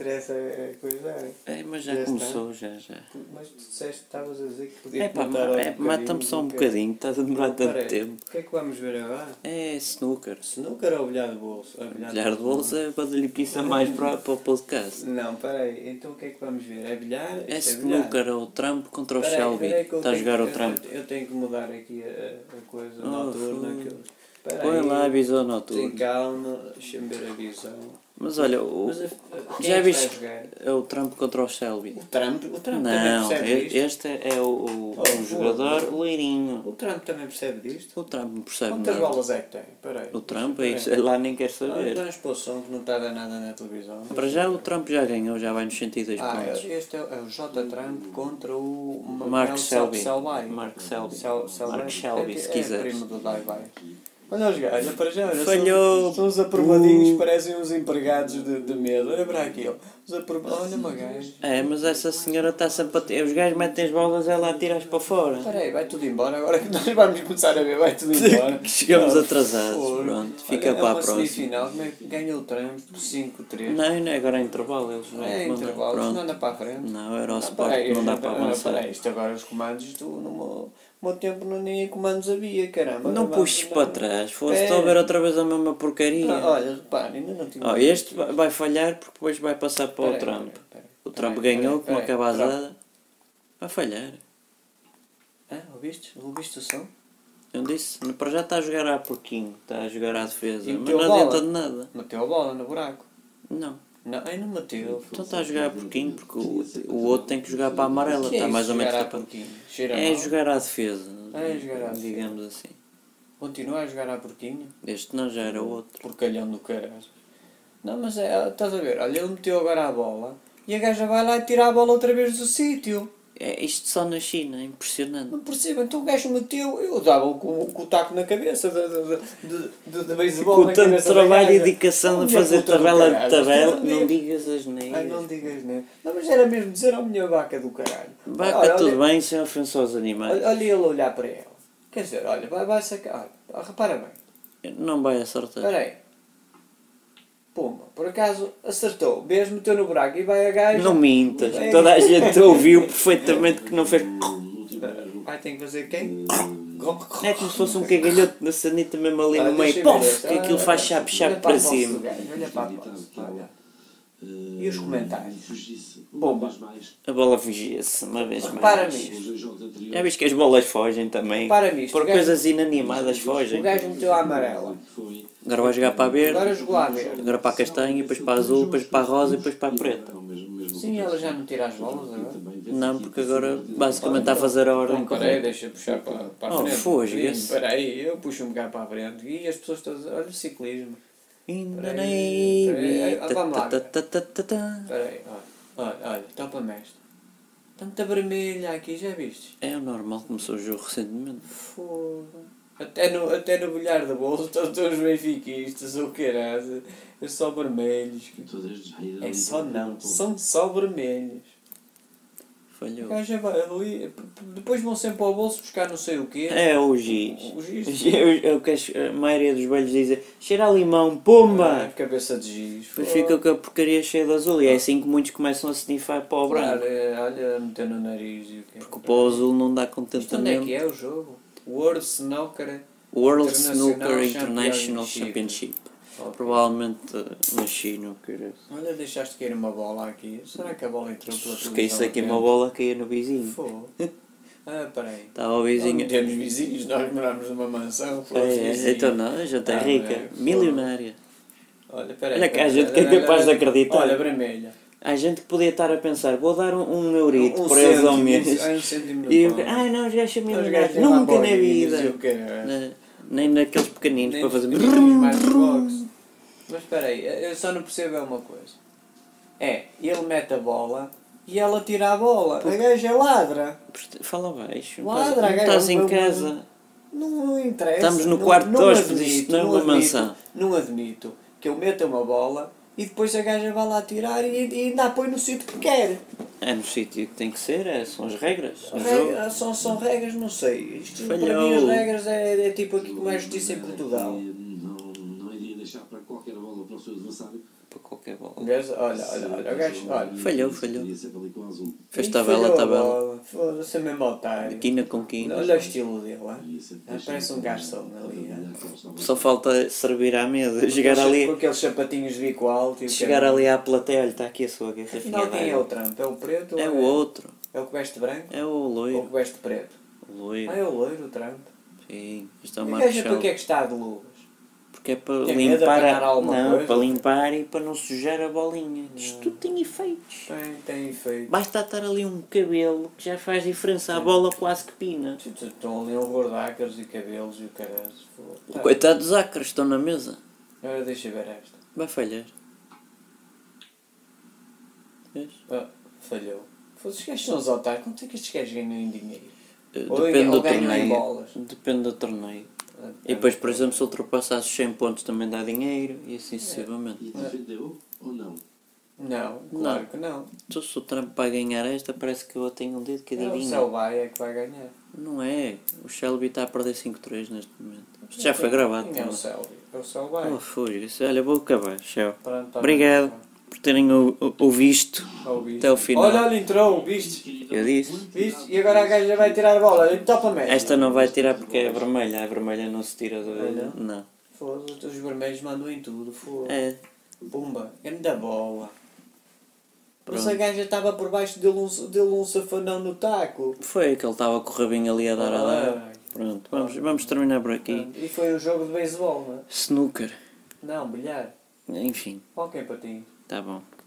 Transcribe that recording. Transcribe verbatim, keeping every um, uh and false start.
interessa a coisa. É, mas já, já começou, já, já. Mas tu disseste que estavas a dizer que podia É pá, é, um mata-me só um bocadinho, estás a demorar tanto peraí, tempo. O que é que vamos ver agora? É snooker. Snooker ou bilhar de bolso? Ah, bilhar, bilhar de bolso é para dar-lhe pizza mais para, para o podcast. Não, peraí, então o que é que vamos ver? É bilhar? É Isto snooker, é o Trump contra o Peraí, Shelby. peraí que eu Está a tenho- jogar o eu- Trump. Eu, eu tenho que mudar aqui a, a coisa Oh, noturna. foda. Que eu... Peraí, Põe lá a visão Tem noturna. calma, deixa-me ver a visão. Mas olha, o, Mas, uh, quem já é que viste vai jogar? é o Trump contra o Shelby. O Trump? O Trump também Não, percebe e- disto? este é o, o, Oh, um jogador foda. loirinho. O Trump também percebe disto? O Trump não percebe Quantas nada. bolas é que tem? Peraí. O Trump, é Peraí. isso, lá nem quer Ah, saber. então expôs som que não está a dar nada na televisão. Para já o Trump já ganhou, já vai nos cento e dois Ah, pontos. este é, o- é o J. Trump contra o Mark Selby. Selby. Mark Selby. Sel- Selby. Mark Shelby, é, se é quiseres. primo do Dai-Vai. Olha os gajos, para já, olha, Falhou. São, são os aprovadinhos, parecem uns empregados de, de mesa. Olha para aquilo. Os aprov... Olha uma gaja. É, mas essa senhora está sempre a ter... Os gajos metem as bolas, ela atira-as para fora. Espera aí, vai tudo embora. Agora que nós vamos começar a ver, vai tudo embora. Chegamos Ah, atrasados, porra. pronto, fica Olha, para a é uma próxima. semifinal, como é que ganha o Trump cinco três? Não, não é agora é intervalo, eles não É mandam. intervalo, não Pronto. anda para a frente. Não, era o Ah, Sport, peraí, não dá para ah, avançar. peraí, isto agora os comandos, isto no meu, meu tempo não nem comandos havia, caramba. Não Vamos- puxes para trás, fosse Espera. a ver outra vez a mesma porcaria. Ah, olha, repara, ainda não tinha... Oh, este vai vai falhar porque depois vai passar para o Peraí, Trump. peraí, peraí. O Trump Peraí, ganhou com peraí, uma peraí. cabazada. Vai falhar. Ah, ouviste? Ouviste o som? Eu disse, para já está a jogar a porquinho, está a jogar à defesa, E mas meteu não a bola? adianta de nada. Meteu a bola no buraco. Não. Não, aí não meteu. Então está a jogar a porquinho porque o, o outro tem que jogar para a amarela, Que é está isso, mais ou menos jogar à tapado. porquinho? Cheira É mal? jogar à defesa, É jogar à digamos assim. Continua a jogar à porquinho? Este não, já era outro. Porcalhão do caralho. Não, mas é, estás a ver, olha, ele meteu agora a bola e a gaja vai lá e tira a bola outra vez do sítio. É isto só na China, é impressionante. Não percebo, então o gajo meteu, eu dava com, com o taco na cabeça de, de, de, de, de beisebol Com na tanto cabeça da trabalho e gaja. dedicação de Minha fazer puta do tabela de caralho, tabela, isto é não um digas as Ai, neiras. não digas nem. Não, mas era mesmo dizer ao minha vaca do caralho. Vaca, Olha, tudo olha, bem, sem ofensa aos animais. Olha, olha ele olhar para ela. Quer dizer, olha, vai, vai sacar. Olha, repara bem. Não vai acertar. Espera aí. Pumba, por acaso acertou. Beijo, meteu no buraco e vai a gaja. Não mintas, Vai- toda a gente ouviu perfeitamente que não fez. Vai ter que fazer quem? É como se fosse um cagalhoto na sanita mesmo ali Olha, no deixa meio, eu ver pof, esta. que aquilo faz Olha chape-chape para para a posse do cima. gajo, Olha para a posse, olha. E os comentários? Bomba. A bola fugia-se uma vez Repara mais. nisto. Já viste que as bolas fogem também? Repara nisto. Por o gajo- coisas inanimadas fogem. O gajo meteu a amarela. Agora vai jogar para a verde, Agora jogou a verde. agora para a castanha, depois para a azul, depois para a rosa e depois para a preta. Sim, ela já não tira as bolas agora. Não, porque agora basicamente está a fazer a ordem Então, peraí, correta. deixa eu puxar para, para a Oh, frente. fosga-se. Espera aí, eu puxo um bocado para a frente. E as pessoas todas... Olha o ciclismo. In the Peraí, Navy. peraí, ah, vamos lá. Ta, ta, ta, ta, ta. Espera aí, olha. Olha, olha, topa-me esta. Tanta vermelha aqui, já viste? É o normal, começou o jogo recentemente. Fogo. Até no, até no bilhar de bolso estão todos benfiquistas, ou caralho. É só vermelhos. É só não, são só vermelhos. O Falhou. gajo vai ali, depois vão sempre ao bolso buscar não sei o quê. É o giz. O giz. É o que a maioria dos velhos dizem. Cheira a limão, pumba! Ah, cabeça de giz. Depois fica com a porcaria cheia de azul. E é assim que muitos começam a sniffar para o Claro, branco. é, olha, meter no nariz e o quê. Porque para o azul não dá Isto onde é contentamento. que é o jogo? World Snooker World International Snooker International Championship. Championship. Ok. Provavelmente na China, o que era. Olha, deixaste cair uma bola aqui. Será que a bola entrou pela Se televisão? caísse aqui uma bola, caía no vizinho. Fogo. Ah, peraí. Estava o Não vizinho. temos vizinhos, nós moramos numa mansão. É, é, então não, a gente é Ah, rica, é, milionária. Olha, peraí. Olha que há peraí, gente que é olha, capaz de olha, acreditar. Olha, vermelha. Há gente que podia estar a pensar, vou dar um, um eurito Um por eles ao cêntimo, mês. ah, um cêntimo no E eu, pão. ai não, os gajos são Os milionários. gajos têm Nunca na Lamborghinis vida. e o quê, é? Na- Nem naqueles pequeninos Nem para fazer. nos pequeninos mais box. Mas espera aí, eu só não percebo é uma coisa. É, ele mete a bola e ela tira a bola. A gaja ladra. Fala baixo. Ladra, não estás gajo, em não- casa. Não, não interessa. Estamos no não- quarto de não hóspedes, admito, isto não é uma admito, mansão. Não admito que eu meta uma bola e depois a gaja vai lá tirar e, e ainda a põe no sítio que quer. É no sítio que tem que ser, é, são as regras. do jogo. Regra, são, são regras, não sei. Isto para Falhou. mim as regras é, é tipo aqui como é a justiça em Portugal. Não, não iria deixar para qualquer bola para o seu adversário. Para qualquer bola. Olha, olha, olha, o gajo, olha. Falhou, falhou. Fez tabela, tabela. Foda-se, é mesmo otário. Quina com quina. Olha o estilo dele lá. Parece um garçom ali. Só falta servir à mesa. Chegar ali. Com aqueles sapatinhos de bico alto. Chegar ali à plateia, olha, está aqui a sua garrafinha. Não, quem é o Trump? É o preto? É o outro. É o que veste branco? É o loiro. Ou o que veste preto? O loiro. Ah, é o loiro, o Trump. Sim. Isto é uma uma queixa. Para que é que está de luvas? Porque é para tem limpar a... Não, coisa? para limpar e para não sujar a bolinha. Não. Isto tudo tem efeitos. Tem, tem efeitos. Basta estar ali um cabelo que já faz diferença. A bola quase que pina. Estão ali um horror de ácaros e cabelos e o caralho. Tá. Coitado dos ácaros, estão na mesa. Agora deixa ver esta. Vai falhar. Vês? Ah, falhou. Estes gajos são os otários. Quanto é que estes gajos ganham em dinheiro? Uh, depende do torneio. Depende do torneio. E depois, por exemplo, se ultrapassares os cem pontos também dá dinheiro e assim sucessivamente. E defendeu ou não? Não, claro não. que não. Então, se o Trump vai ganhar esta, parece que eu tenho um dedo que adivinha. É, o Shelby é que vai ganhar. Não é. O Shelby está a perder cinco a três neste momento. Isto já foi gravado. Quem é o Shelby? É o Shelby. Oh, foi. Olha, vou acabar. Tchau. Obrigado por terem ouvido até o final. Olha, olha, entrou, viste? Eu disse. Viste? E agora a gaja vai tirar a bola. Olha, topa mesmo. Esta não vai tirar porque é vermelha. A vermelha não se tira do... Olha. Não. Foda-se, os vermelhos mandam em tudo. Foda. É. Pumba. Grande bola. Mas a gaja estava por baixo dele um, dele um safanão no taco. Foi que ele estava a correr bem ali a dar a dar. Pronto, vamos, vamos terminar por aqui. E foi um jogo de beisebol, não é? Snooker. Não, bilhar. Enfim. Ok, patinho. Tá bom.